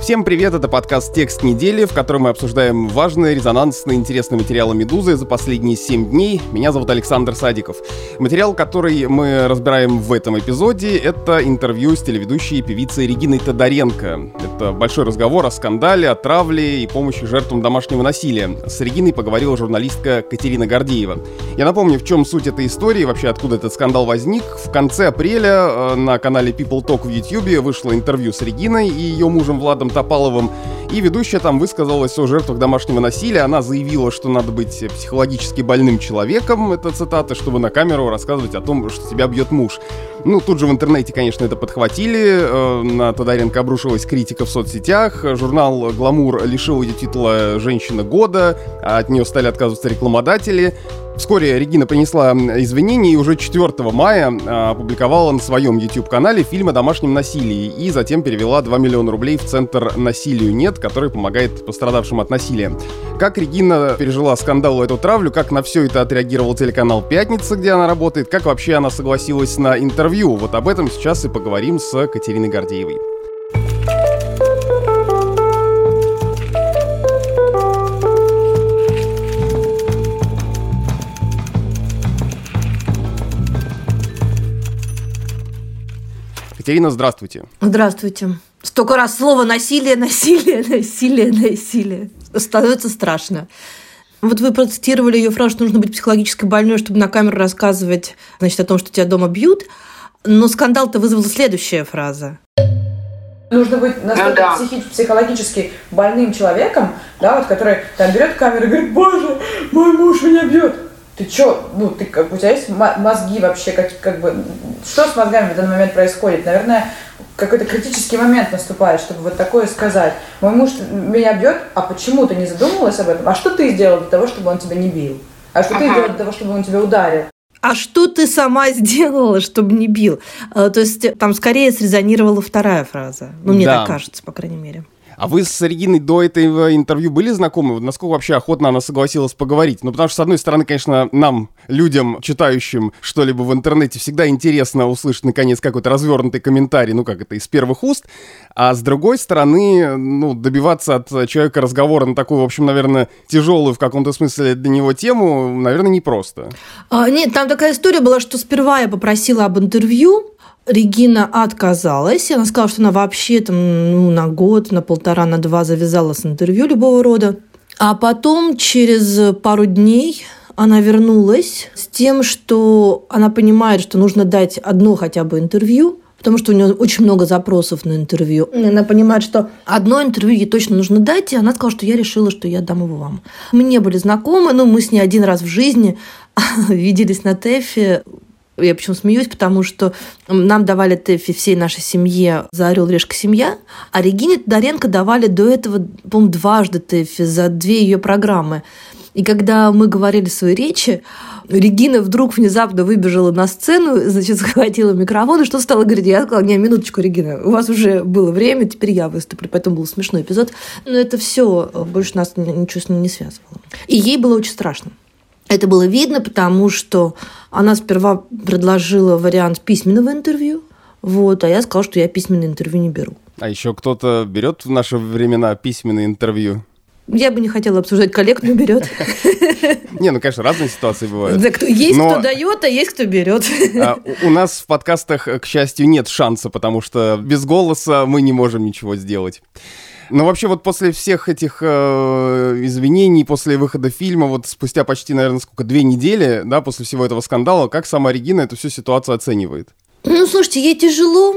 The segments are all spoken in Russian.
Всем привет, это подкаст «Текст недели», в котором мы обсуждаем важные, резонансные, интересные материалы «Медузы» за последние 7 дней. Меня зовут Александр Садиков. Материал, который мы разбираем в этом эпизоде, это интервью с телеведущей певицей Региной Тодоренко. Это большой разговор о скандале, о травле и помощи жертвам домашнего насилия. С Региной поговорила журналистка Катерина Гордеева. Я напомню, в чем суть этой истории, вообще откуда этот скандал возник. В конце апреля на канале People Talk в YouTube вышло интервью с Региной и ее мужем Владом Топаловым, и ведущая там высказалась о жертвах домашнего насилия. Она заявила, что надо быть психологически больным человеком, это цитата, чтобы на камеру рассказывать о том, что тебя бьет муж. Тут же в интернете, конечно, это подхватили, на Тодоренко обрушилась критика в соцсетях, журнал «Гламур» лишил ее титула «Женщина года», а от нее стали отказываться рекламодатели. Вскоре Регина принесла извинения и уже 4 мая опубликовала на своем YouTube-канале фильм о домашнем насилии и затем перевела 2 миллиона рублей в центр «Насилию нет», который помогает пострадавшим от насилия. Как Регина пережила скандал и эту травлю, как на все это отреагировал телеканал «Пятница», где она работает, как вообще она согласилась на интервью. Вот об этом сейчас и поговорим с Катериной Гордеевой. Катерина, здравствуйте. Здравствуйте. Столько раз слово «насилие», становится страшно. Вот вы процитировали ее фразу, что нужно быть психологически больной, чтобы на камеру рассказывать, о том, что тебя дома бьют. Но скандал-то вызвала следующая фраза. Нужно быть настолько психологически больным человеком, который берет камеру и говорит: «Боже, мой муж меня бьет». Ты чё? У тебя есть мозги вообще? Что с мозгами в данный момент происходит? Наверное, какой-то критический момент наступает, чтобы вот такое сказать. Мой муж меня бьет, а почему ты не задумывалась об этом? А что ты сделал для того, чтобы он тебя не бил? А что ты сделал для того, чтобы он тебя ударил? А что ты сама сделала, чтобы не бил? То есть там скорее срезонировала вторая фраза. Мне так кажется, по крайней мере. А вы с Региной до этого интервью были знакомы? Насколько вообще охотно она согласилась поговорить? Потому что, с одной стороны, конечно, нам, людям, читающим что-либо в интернете, всегда интересно услышать, наконец, какой-то развернутый комментарий, из первых уст. А с другой стороны, добиваться от человека разговора на такую, в общем, наверное, тяжелую в каком-то смысле для него тему, наверное, непросто. Нет, там такая история была, что сперва я попросила об интервью, Регина отказалась. Она сказала, что она вообще на год, на полтора, на 2 завязала с интервью любого рода. А потом, через пару дней, она вернулась с тем, что она понимает, что нужно дать одно хотя бы интервью, потому что у нее очень много запросов на интервью. Она понимает, что одно интервью ей точно нужно дать, и она сказала, что я решила, что я дам его вам. Мы не были знакомы, мы с ней один раз в жизни виделись на ТЭФе. Я почему смеюсь, потому что нам давали ТЭФи всей нашей семье за «Орел, решка, семья», а Регине Тодоренко давали до этого, по-моему, 2 ТЭФи за 2 ее программы. И когда мы говорили свои речи, Регина вдруг внезапно выбежала на сцену, схватила микрофон и что стала говорить. Я сказала: «Не, минуточку, Регина, у вас уже было время, теперь я выступлю». Поэтому был смешной эпизод. Но это все, больше нас ничего с ней не связывало. И ей было очень страшно. Это было видно, потому что она сперва предложила вариант письменного интервью, а я сказала, что я письменное интервью не беру. А еще кто-то берет в наши времена письменное интервью? Я бы не хотела обсуждать коллег, но берет. Конечно, разные ситуации бывают. Есть кто дает, а есть кто берет. У нас в подкастах, к счастью, нет шанса, потому что без голоса мы не можем ничего сделать. Но вообще после всех этих извинений, после выхода фильма, спустя почти, наверное, 2 недели, после всего этого скандала, как сама Регина эту всю ситуацию оценивает? Слушайте, ей тяжело.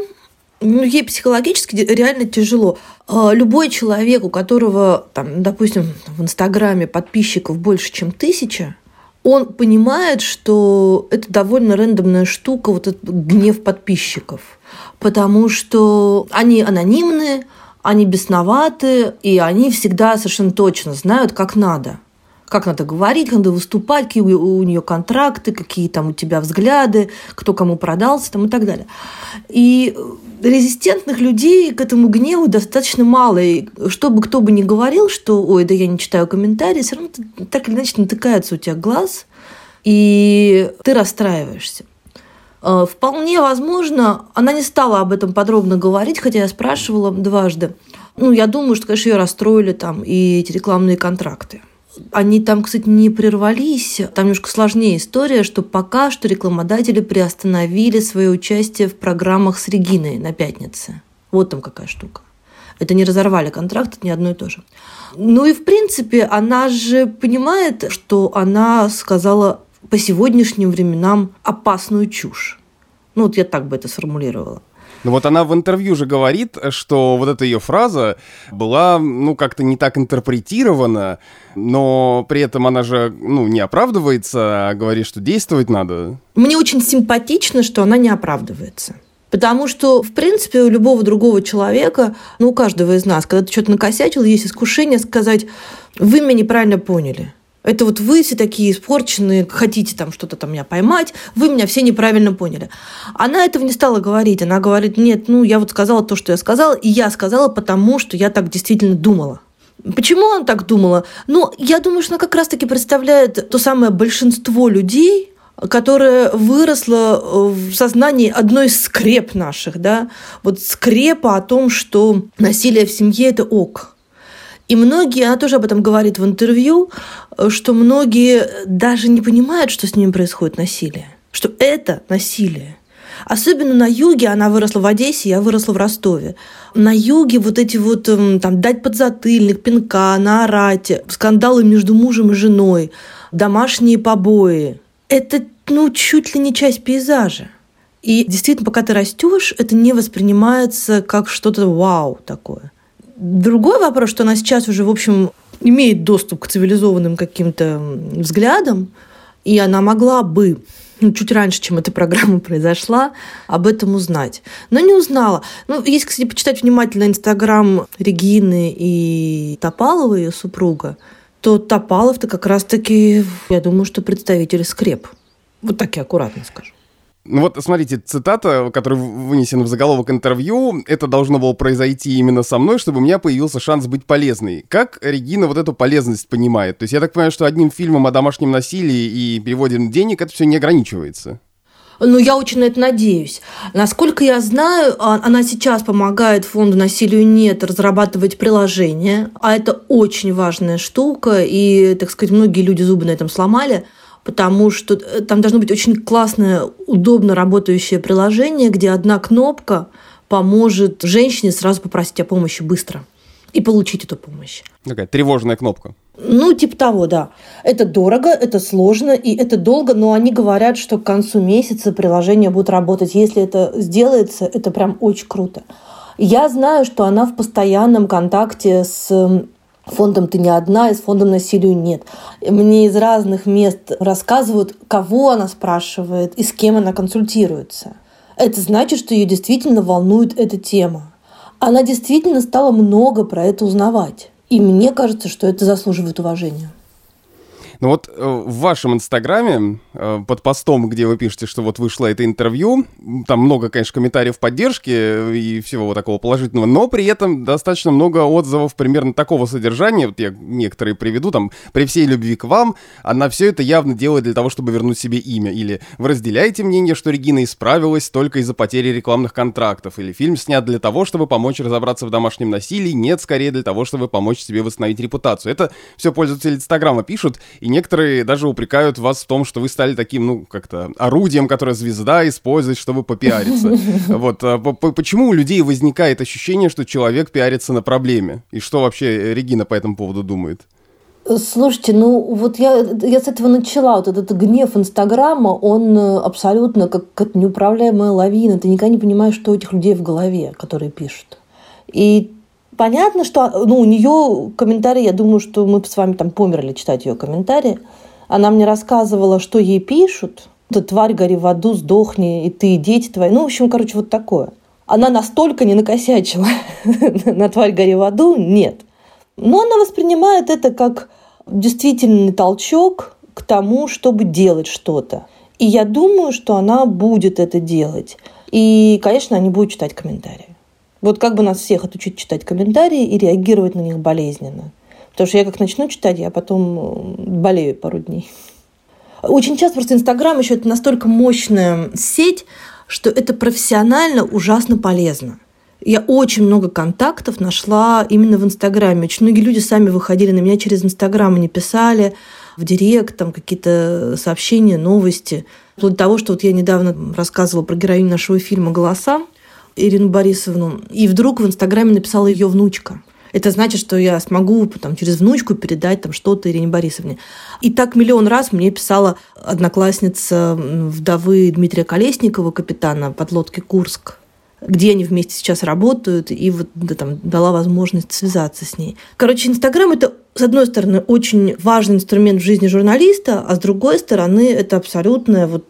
Ей психологически реально тяжело. Любой человек, у которого, допустим, в Инстаграме подписчиков больше, чем 1000, он понимает, что это довольно рандомная штука, этот гнев подписчиков. Потому что они анонимные, они бесноваты, и они всегда совершенно точно знают, как надо говорить, как надо выступать, какие у нее контракты, какие у тебя взгляды, кто кому продался и так далее. И резистентных людей к этому гневу достаточно мало. И чтобы кто бы ни говорил, что «ой, да я не читаю комментарии», все равно так или иначе натыкается у тебя глаз, и ты расстраиваешься. Вполне возможно, она не стала об этом подробно говорить, хотя я спрашивала 2. Я думаю, что, конечно, ее расстроили там и эти рекламные контракты. Они там, кстати, не прервались. Там немножко сложнее история, что пока что рекламодатели приостановили свое участие в программах с Региной на пятнице. Вот там какая штука. Это не разорвали контракт, это не одно и то же. И, в принципе, она же понимает, что она сказала по сегодняшним временам опасную чушь. Я так бы это сформулировала. Она в интервью же говорит, что вот эта ее фраза была, как-то не так интерпретирована, но при этом она же, не оправдывается, а говорит, что действовать надо. Мне очень симпатично, что она не оправдывается. Потому что, в принципе, у любого другого человека, у каждого из нас, когда ты что-то накосячил, есть искушение сказать: вы меня неправильно поняли. Это вы все такие испорченные, хотите там что-то там меня поймать, вы меня все неправильно поняли. Она этого не стала говорить. Она говорит: нет, я сказала то, что я сказала, и я сказала, потому что я так действительно думала. Почему она так думала? Я думаю, что она как раз-таки представляет то самое большинство людей, которое выросло в сознании одной из скреп наших, да? Скрепа о том, что насилие в семье – это ок. И многие, она тоже об этом говорит в интервью, что многие даже не понимают, что с ними происходит насилие, что это насилие. Особенно на юге, она выросла в Одессе, я выросла в Ростове. На юге дать подзатыльник, пинка, наорать, скандалы между мужем и женой, домашние побои. Это, чуть ли не часть пейзажа. И действительно, пока ты растешь, это не воспринимается как что-то вау такое. Другой вопрос, что она сейчас уже, в общем, имеет доступ к цивилизованным каким-то взглядам, и она могла бы, чуть раньше, чем эта программа произошла, об этом узнать. Но не узнала. Если, кстати, почитать внимательно Инстаграм Регины и Топалова, ее супруга, то Топалов-то как раз-таки, я думаю, что представитель скреп. Так я аккуратно скажу. Смотрите, цитата, которая вынесена в заголовок интервью: «Это должно было произойти именно со мной, чтобы у меня появился шанс быть полезной». Как Регина эту полезность понимает? То есть я так понимаю, что одним фильмом о домашнем насилии и переводе денег это все не ограничивается? Я очень на это надеюсь. Насколько я знаю, она сейчас помогает фонду «Насилию нет» разрабатывать приложение, а это очень важная штука, и, так сказать, многие люди зубы на этом сломали, потому что там должно быть очень классное, удобно работающее приложение, где одна кнопка поможет женщине сразу попросить о помощи быстро и получить эту помощь. Такая тревожная кнопка. Типа того, да. Это дорого, это сложно и это долго, но они говорят, что к концу месяца приложение будет работать. Если это сделается, это прям очень круто. Я знаю, что она в постоянном контакте с фондом «Ты не одна» и с фондом «Насилию нет». Мне из разных мест рассказывают, кого она спрашивает и с кем она консультируется. Это значит, что ее действительно волнует эта тема. Она действительно стала много про это узнавать. И мне кажется, что это заслуживает уважения. В вашем Инстаграме, под постом, где вы пишете, что вышло это интервью, там много, конечно, комментариев поддержки и всего такого положительного, но при этом достаточно много отзывов примерно такого содержания, я некоторые приведу, при всей любви к вам, она все это явно делает для того, чтобы вернуть себе имя, или вы разделяете мнение, что Регина исправилась только из-за потери рекламных контрактов, или фильм снят для того, чтобы помочь разобраться в домашнем насилии, нет, скорее для того, чтобы помочь себе восстановить репутацию. Это все пользователи Инстаграма пишут, и некоторые даже упрекают вас в том, что вы стали таким, орудием, которое звезда использует, чтобы попиариться. Почему у людей возникает ощущение, что человек пиарится на проблеме? И что вообще Регина по этому поводу думает? Слушайте, я с этого начала. Этот гнев Инстаграма, он абсолютно как неуправляемая лавина. Ты никогда не понимаешь, что у этих людей в голове, которые пишут. И понятно, что у нее комментарии, я думаю, что мы с вами померли читать ее комментарии. Она мне рассказывала, что ей пишут. «Тварь, гори в аду, сдохни, и ты, и дети твои». Вот такое. Она настолько не накосячила на «Тварь, гори в аду», нет. Но она воспринимает это как действительный толчок к тому, чтобы делать что-то. И я думаю, что она будет это делать. И, конечно, она не будет читать комментарии. Как бы нас всех отучить читать комментарии и реагировать на них болезненно. Потому что я как начну читать, я потом болею пару дней. Очень часто просто Инстаграм еще это настолько мощная сеть, что это профессионально ужасно полезно. Я очень много контактов нашла именно в Инстаграме. Очень многие люди сами выходили на меня через Инстаграм, они писали в директ, там какие-то сообщения, новости. Вплоть до того, что вот я недавно рассказывала про героиню нашего фильма «Голоса» Ирину Борисовну, и вдруг в Инстаграме написала ее внучка. Это значит, что я смогу там, через внучку передать там, что-то Ирине Борисовне. И так миллион раз мне писала одноклассница вдовы Дмитрия Колесникова, капитана подлодки «Курск», где они вместе сейчас работают, и вот там дала возможность связаться с ней. Короче, Инстаграм – это, с одной стороны, очень важный инструмент в жизни журналиста, а с другой стороны, это абсолютно вот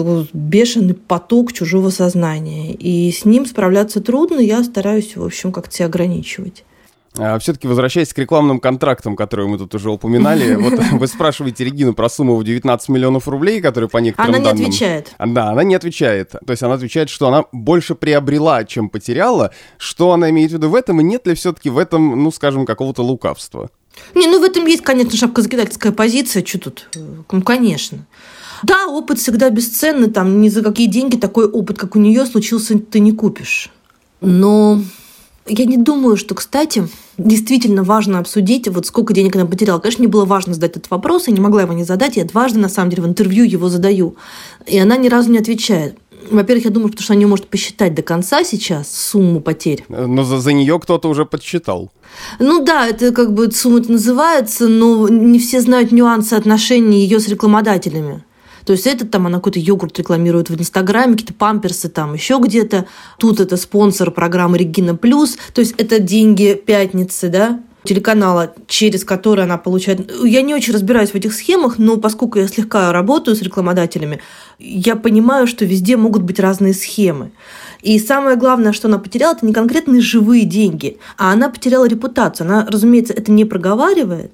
бешеный поток чужого сознания. И с ним справляться трудно, я стараюсь, в общем, как-то себя ограничивать. Все-таки возвращаясь к рекламным контрактам, которые мы тут уже упоминали, вот вы спрашиваете Регину про сумму в 19 миллионов рублей, которые по некоторым данным... Она не отвечает. Да, она не отвечает. То есть она отвечает, что она больше приобрела, чем потеряла. Что она имеет в виду в этом, и нет ли все-таки в этом, ну, скажем, какого-то лукавства? Не, ну в этом есть, конечно, шапкозакидательская позиция. Что тут? Ну, конечно. Да, опыт всегда бесценный, там ни за какие деньги такой опыт, как у нее случился, ты не купишь. Но... Я не думаю, что, кстати, действительно важно обсудить, вот сколько денег она потеряла. Конечно, мне было важно задать этот вопрос, я не могла его не задать. Я дважды, на самом деле, в интервью его задаю. И она ни разу не отвечает. Во-первых, я думаю, потому что она не может посчитать до конца сейчас сумму потерь. Но за нее кто-то уже подсчитал. Ну да, это как бы сумма называется, но не все знают нюансы отношений ее с рекламодателями. То есть это там она какой-то йогурт рекламирует в Инстаграме, какие-то памперсы там еще где-то. Тут это спонсор программы «Регина Плюс». То есть это деньги «Пятницы», да, телеканала, через который она получает... Я не очень разбираюсь в этих схемах, но поскольку я слегка работаю с рекламодателями, я понимаю, что везде могут быть разные схемы. И самое главное, что она потеряла, это не конкретные живые деньги, а она потеряла репутацию. Она, разумеется, это не проговаривает.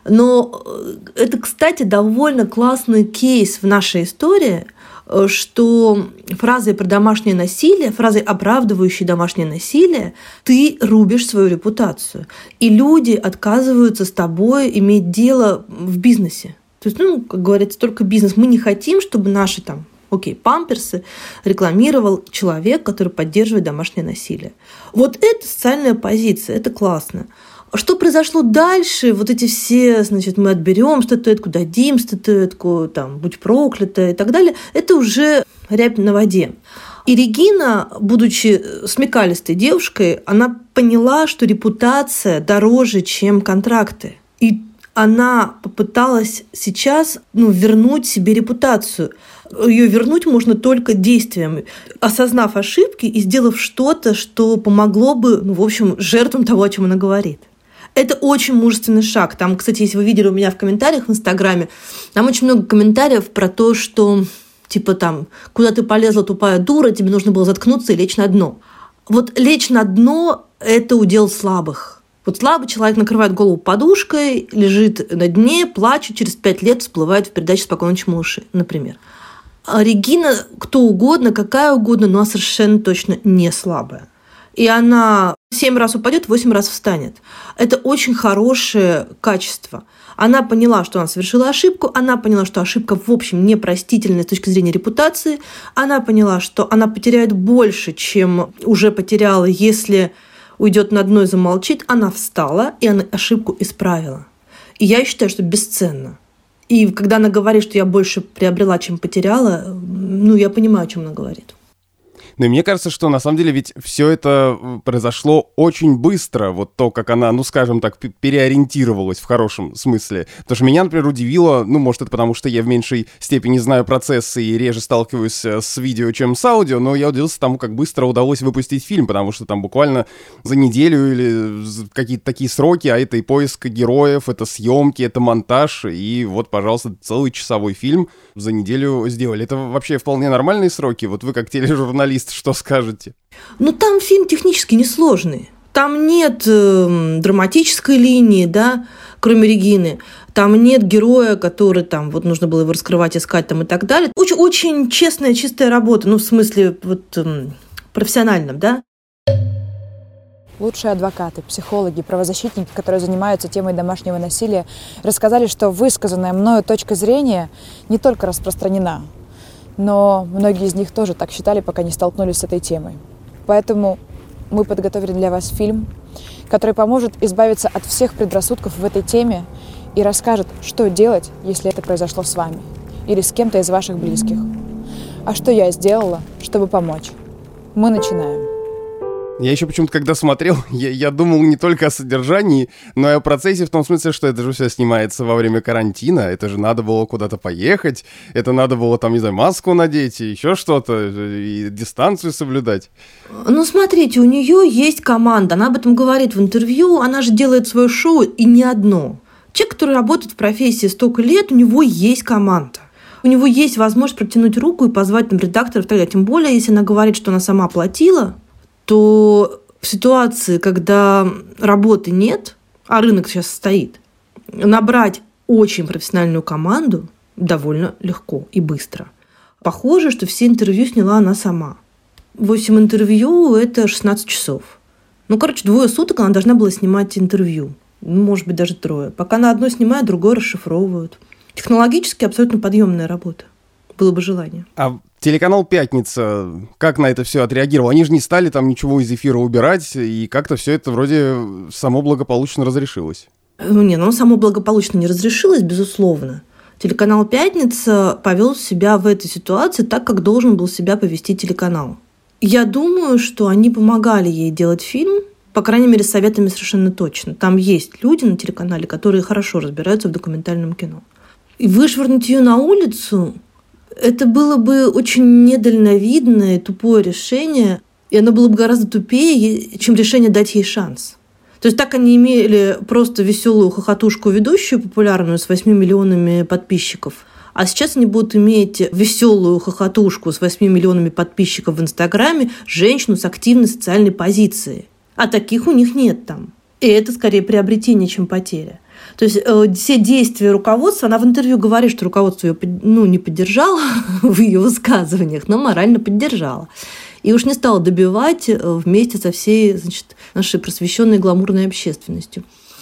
Но это, кстати, довольно классный кейс в нашей истории, что фразой про домашнее насилие, фразой, оправдывающей домашнее насилие, ты рубишь свою репутацию. И люди отказываются с тобой иметь дело в бизнесе. То есть, ну, как говорится, только бизнес. Мы не хотим, чтобы наши там, памперсы рекламировал человек, который поддерживает домашнее насилие. Вот это социальная позиция, это классно. Что произошло дальше? Вот эти все, значит, мы отберем статуэтку, дадим статуэтку, там, будь проклята и так далее, это уже рябь на воде. И Регина, будучи смекалистой девушкой, она поняла, что репутация дороже, чем контракты. И она попыталась сейчас вернуть себе репутацию. Ее вернуть можно только действием, осознав ошибки и сделав что-то, что помогло бы, в общем, жертвам того, о чем она говорит. Это очень мужественный шаг. Там, кстати, если вы видели у меня в комментариях в Инстаграме, там очень много комментариев про то, что типа там, куда ты полезла, тупая дура, тебе нужно было заткнуться и лечь на дно. Вот лечь на дно – это удел слабых. Вот слабый человек накрывает голову подушкой, лежит на дне, плачет, через 5 лет всплывает в передаче «Спокойной ночи, малыши», например. А Регина кто угодно, какая угодно, но совершенно точно не слабая. И она 7 раз упадет, 8 раз встанет. Это очень хорошее качество. Она поняла, что она совершила ошибку, она поняла, что ошибка, в общем, непростительная с точки зрения репутации, она поняла, что она потеряет больше, чем уже потеряла, если уйдет на дно и замолчит. Она встала, и она ошибку исправила. И я считаю, что бесценно. И когда она говорит, что я больше приобрела, чем потеряла, я понимаю, о чем она говорит. Ну и мне кажется, что на самом деле ведь все это произошло очень быстро, вот то, как она, скажем так, переориентировалась в хорошем смысле. Потому что меня, например, удивило, может, это потому, что я в меньшей степени знаю процессы и реже сталкиваюсь с видео, чем с аудио, но я удивился тому, как быстро удалось выпустить фильм, потому что там буквально за неделю или какие-то такие сроки, а это и поиск героев, это съемки, это монтаж, и вот, пожалуйста, целый часовой фильм за неделю сделали. Это вообще вполне нормальные сроки? Вот вы как тележурналист, что скажете? Там фильм технически несложный. Там нет драматической линии, да, кроме Регины. Там нет героя, который там нужно было его раскрывать, искать там и так далее. Очень, очень честная, чистая работа, в смысле профессиональном, да. Лучшие адвокаты, психологи, правозащитники, которые занимаются темой домашнего насилия, рассказали, что высказанная мною точка зрения не только распространена, но многие из них тоже так считали, пока не столкнулись с этой темой. Поэтому мы подготовили для вас фильм, который поможет избавиться от всех предрассудков в этой теме и расскажет, что делать, если это произошло с вами или с кем-то из ваших близких. А что я сделала, чтобы помочь? Мы начинаем. Я еще почему-то, когда смотрел, я думал не только о содержании, но и о процессе, в том смысле, что это же все снимается во время карантина, это же надо было куда-то поехать, это надо было, там, не знаю, маску надеть и еще что-то, и дистанцию соблюдать. Ну, смотрите, у нее есть команда, она об этом говорит в интервью, она же делает свое шоу, и не одно. Человек, который работает в профессии столько лет, у него есть команда. У него есть возможность протянуть руку и позвать там редактора и так далее. Тем более, если она говорит, что она сама платила, то в ситуации, когда работы нет, а рынок сейчас стоит, набрать очень профессиональную команду довольно легко и быстро. Похоже, что все интервью сняла она сама. 8 интервью – это 16 часов. 2 суток она должна была снимать интервью. Может быть, даже 3. Пока на одно снимают, другое расшифровывают. Технологически абсолютно подъемная работа. Было бы желание. А телеканал «Пятница» как на это все отреагировал? Они же не стали там ничего из эфира убирать, и как-то все это вроде само благополучно разрешилось. Само благополучно не разрешилось, безусловно. Телеканал «Пятница» повел себя в этой ситуации так, как должен был себя повести телеканал. Я думаю, что они помогали ей делать фильм, по крайней мере, с советами совершенно точно. Там есть люди на телеканале, которые хорошо разбираются в документальном кино. И вышвырнуть ее на улицу – это было бы очень недальновидное, тупое решение, и оно было бы гораздо тупее, чем решение дать ей шанс. То есть так они имели просто веселую хохотушку ведущую, популярную, с 8 миллионами подписчиков. А сейчас они будут иметь веселую хохотушку с 8 миллионами подписчиков в Инстаграме, женщину с активной социальной позицией. А таких у них нет там. И это скорее приобретение, чем потеря. То есть все действия руководства, она в интервью говорит, что руководство ее не поддержало в ее высказываниях, но морально поддержало. И уж не стала добивать вместе со всей, нашей просвещенной гламурной общественностью.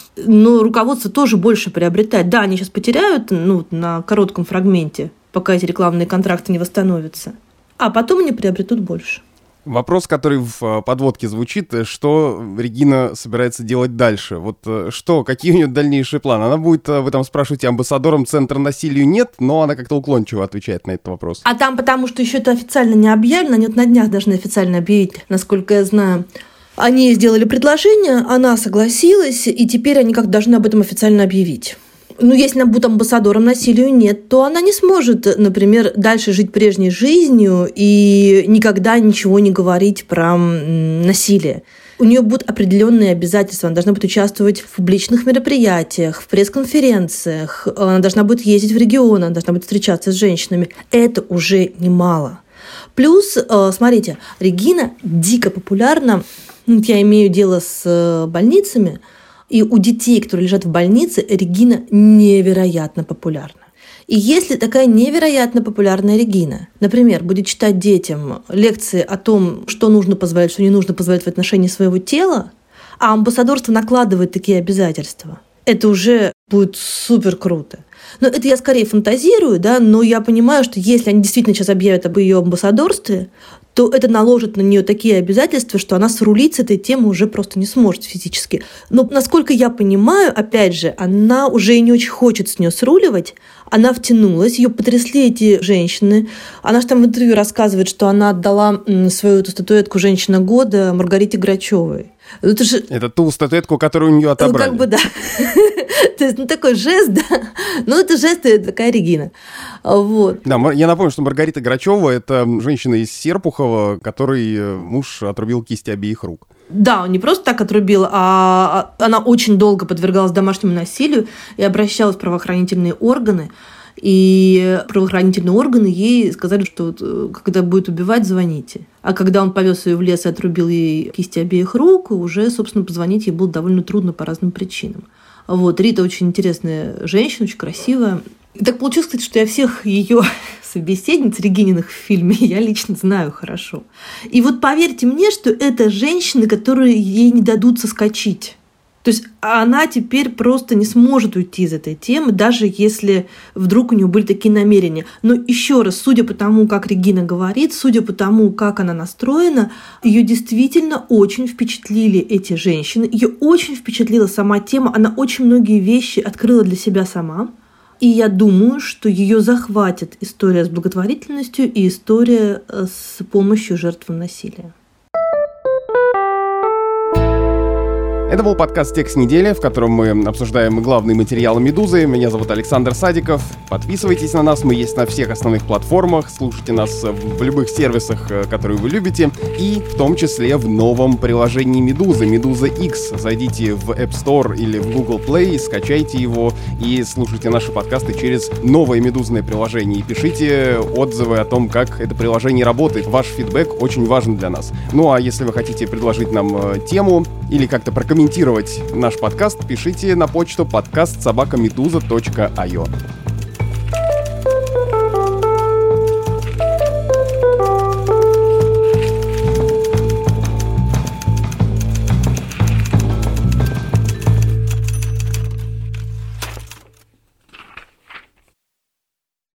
Но руководство тоже больше приобретает. Да, они сейчас потеряют на коротком фрагменте, пока эти рекламные контракты не восстановятся. А потом они приобретут больше. Вопрос, который в подводке звучит, что Регина собирается делать дальше? Какие у нее дальнейшие планы? Она будет, вы там спрашиваете, амбассадором Центра насилию нет, но она как-то уклончиво отвечает на этот вопрос. А там потому что еще это официально не объявлено, они на днях должны официально объявить, насколько я знаю. Они ей сделали предложение, она согласилась, и теперь они как-то должны об этом официально объявить. Если она будет амбассадором насилию нет, то она не сможет, например, дальше жить прежней жизнью и никогда ничего не говорить про насилие. У нее будут определенные обязательства. Она должна будет участвовать в публичных мероприятиях, в пресс-конференциях, она должна будет ездить в регион, она должна будет встречаться с женщинами. Это уже немало. Плюс, смотрите, Регина дико популярна. Я имею дело с больницами. И у детей, которые лежат в больнице, Регина невероятно популярна. И если такая невероятно популярная Регина, например, будет читать детям лекции о том, что нужно позволять, что не нужно позволять в отношении своего тела, а амбассадорство накладывает такие обязательства, это уже будет супер круто. Но это я скорее фантазирую, но я понимаю, что если они действительно сейчас объявят об ее амбассадорстве, то это наложит на нее такие обязательства, что она срулить с этой темы уже просто не сможет физически. Но, насколько я понимаю, опять же, она уже и не очень хочет с нее сруливать. Она втянулась, ее потрясли эти женщины. Она же там в интервью рассказывает, что она отдала свою эту статуэтку «Женщина года» Маргарите Грачевой. Это ту статуэтку, которую у нее отобрали. Да. То есть, такой жест, да. Это жест, такая Регина. Вот. Да, я напомню, что Маргарита Грачева – это женщина из Серпухова, которой муж отрубил кисти обеих рук. Да, он не просто так отрубил, а она очень долго подвергалась домашнему насилию и обращалась в правоохранительные органы. И правоохранительные органы ей сказали, что когда будет убивать, звоните. А когда он повез ее в лес и отрубил ей кисти обеих рук, уже, собственно, позвонить ей было довольно трудно по разным причинам. Рита очень интересная женщина, очень красивая. И так получилось, кстати, что я всех ее собеседниц Регининых в фильме я лично знаю хорошо. И поверьте мне, что это женщины, которые ей не дадут соскочить. То есть она теперь просто не сможет уйти из этой темы, даже если вдруг у нее были такие намерения. Но еще раз, судя по тому, как Регина говорит, судя по тому, как она настроена, ее действительно очень впечатлили эти женщины, ее очень впечатлила сама тема, она очень многие вещи открыла для себя сама. И я думаю, что ее захватит история с благотворительностью и история с помощью жертвам насилия. Это был подкаст «Текст недели», в котором мы обсуждаем главные материалы «Медузы». Меня зовут Александр Садиков. Подписывайтесь на нас, мы есть на всех основных платформах. Слушайте нас в любых сервисах, которые вы любите. И в том числе в новом приложении «Медузы», «Медуза X». Зайдите в App Store или в Google Play, скачайте его и слушайте наши подкасты через новое медузное приложение. И пишите отзывы о том, как это приложение работает. Ваш фидбэк очень важен для нас. Ну а если вы хотите предложить нам тему или как-то прокомментировать наш подкаст, пишите на почту podcast@meduza.io.